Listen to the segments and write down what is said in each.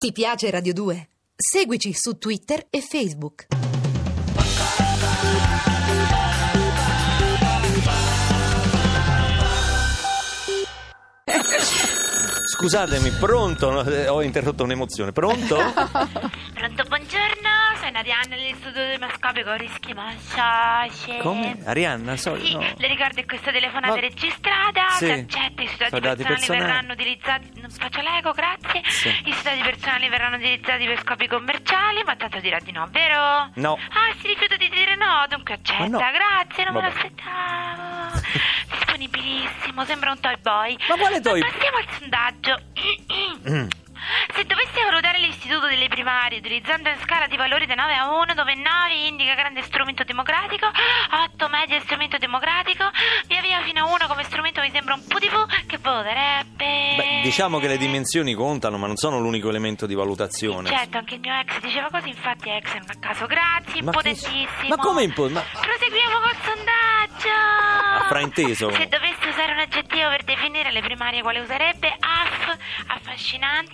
Ti piace Radio 2? Seguici su Twitter e Facebook. Scusatemi, pronto? Ho interrotto un'emozione. Pronto? Pronto, buongiorno, sono Arianna dell'Istituto Demoscopico Rischi Masciace. Come? Arianna? Sì, No. le ricordo che questa telefonata Ma- è registrata. Sì. Se accetta, i suoi dati Dati personali personali. verranno utilizzati. Non faccio l'eco, grazie. Sì. I suoi dati personali verranno utilizzati per scopi commerciali, ma tanto dirà di no, vero? No. Ah, si rifiuta di dire no, dunque accetta, Ma no. grazie, non me Vabbè. l'aspettavo. Disponibilissimo, sembra un toy boy. Ma quale toy? Ma passiamo al sondaggio. Se dovessi valutare l'istituto delle primarie utilizzando una scala di valori da 9 a 1, dove 9 indica grande strumento democratico, 8 media strumento democratico, via via fino a 1 come strumento mi sembra un PTV, che voterebbe? Beh, diciamo che le dimensioni contano, ma non sono l'unico elemento di valutazione. Certo, anche il mio ex diceva così, infatti ex non a caso. Grazie, Ma chi- impotentissimo. Ma come ma Proseguiamo col sondaggio. ha frainteso? Se dovessi usare un aggettivo per definire le primarie, quale userebbe? Affascinante.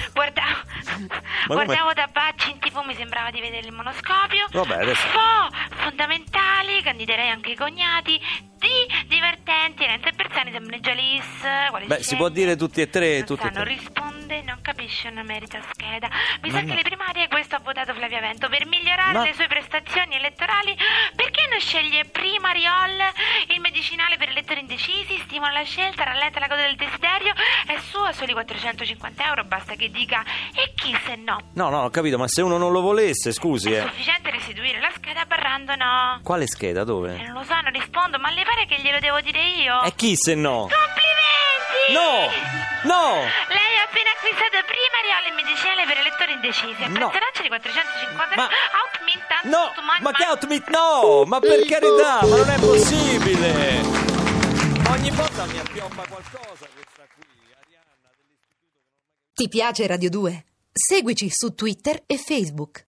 Guardavo da Bacci in TV, mi sembrava di vedere il monoscopio. Vabbè, adesso- Fondamentali, candiderei anche i cognati. Divertenti, Renzo e Bersani, sembra Gialis. Beh, si può dire tutti e tre, Non tutti e sanno, tre. risponde, non capisce, non merita scheda. Mi sa no. che le primarie questo ha votato Flavia Vento per migliorare Ma- le sue prestazioni elettorali. Perché non sceglie prima Riol, il medicinale per elettori indecisi, stimola la scelta, rallenta la coda del desiderio, è sua, soli 450 euro, basta che dica e chi se no. No, ho capito, ma se uno non lo volesse, scusi, È sufficiente restituire la scheda barrando no. Quale scheda? Dove? Non lo so, non rispondo, ma le pare che glielo devo dire io? E chi se no? Complimenti! No! Lei ha appena acquistato prima Riol il medicinale per elettori indecisi. A No. prezzo di 450 Ma- euro. Outmint, tanto No! tu mangi, Ma che outmeet? No! Ma per carità, ma non è possibile! Ogni volta mi appioppa qualcosa questa qui, Arianna dell'Istituto. Ti piace Radio 2? Seguici su Twitter e Facebook.